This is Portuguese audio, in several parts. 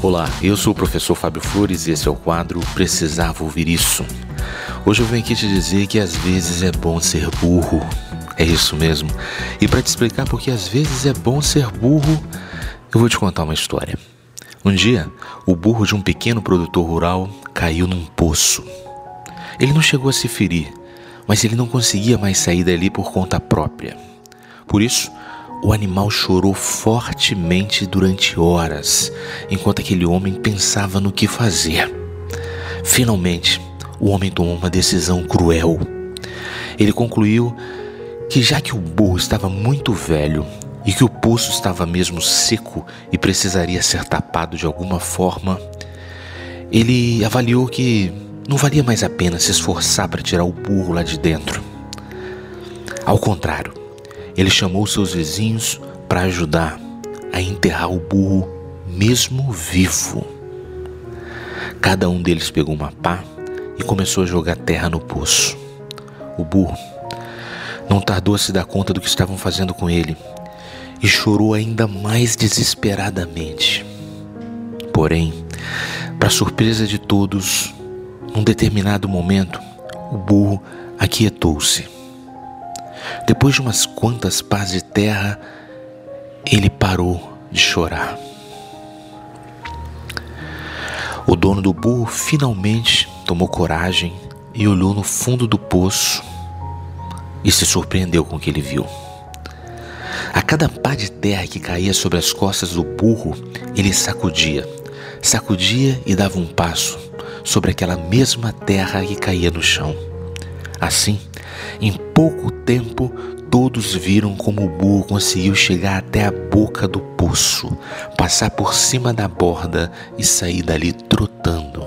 Olá, eu sou o professor Fábio Flores e esse é o quadro Precisava Ouvir Isso. Hoje eu venho aqui te dizer que às vezes é bom ser burro. É isso mesmo. E para te explicar por que às vezes é bom ser burro, eu vou te contar uma história. Um dia, o burro de um pequeno produtor rural caiu num poço. Ele não chegou a se ferir, mas ele não conseguia mais sair dali por conta própria. Por isso, o animal chorou fortemente durante horas, enquanto aquele homem pensava no que fazer. Finalmente, o homem tomou uma decisão cruel. Ele concluiu que já que o burro estava muito velho e que o poço estava mesmo seco e precisaria ser tapado de alguma forma, ele avaliou que não valia mais a pena se esforçar para tirar o burro lá de dentro. Ao contrário, ele chamou seus vizinhos para ajudar a enterrar o burro mesmo vivo. Cada um deles pegou uma pá e começou a jogar terra no poço. O burro não tardou a se dar conta do que estavam fazendo com ele e chorou ainda mais desesperadamente. Porém, para surpresa de todos, num determinado momento, o burro aquietou-se. Depois de umas quantas pás de terra, ele parou de chorar. O dono do burro finalmente tomou coragem e olhou no fundo do poço e se surpreendeu com o que ele viu. A cada pá de terra que caía sobre as costas do burro, ele sacudia e dava um passo sobre aquela mesma terra que caía no chão. Assim, em pouco tempo, todos viram como o burro conseguiu chegar até a boca do poço, passar por cima da borda e sair dali trotando.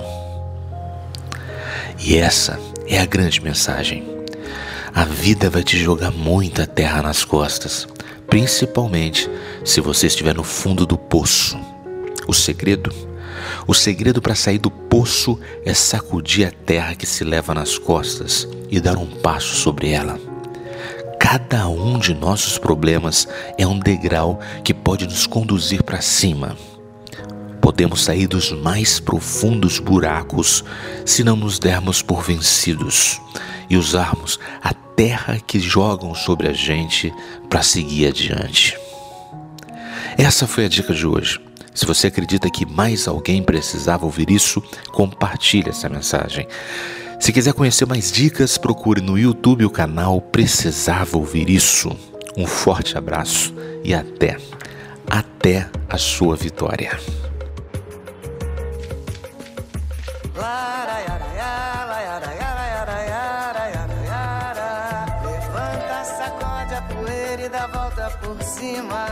E essa é a grande mensagem. A vida vai te jogar muita terra nas costas, principalmente se você estiver no fundo do poço. O segredo para sair do poço é sacudir a terra que se leva nas costas e dar um passo sobre ela. Cada um de nossos problemas é um degrau que pode nos conduzir para cima. Podemos sair dos mais profundos buracos se não nos dermos por vencidos e usarmos a terra que jogam sobre a gente para seguir adiante. Essa foi a dica de hoje. Se você acredita que mais alguém precisava ouvir isso, compartilhe essa mensagem. Se quiser conhecer mais dicas, procure no YouTube o canal Precisava Ouvir Isso. Um forte abraço e até a sua vitória. Levanta, sacode a poeira e dá volta por cima.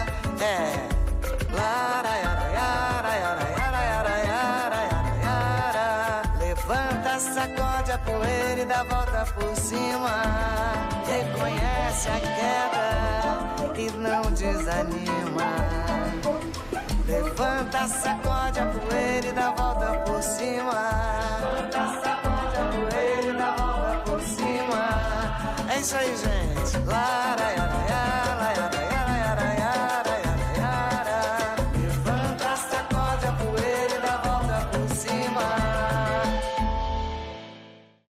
Levanta, sacode a poeira e dá volta por cima. Reconhece a queda e não desanima. Levanta, sacode a poeira e dá volta por cima. Levanta, sacode a poeira e dá volta por cima. É isso aí, gente.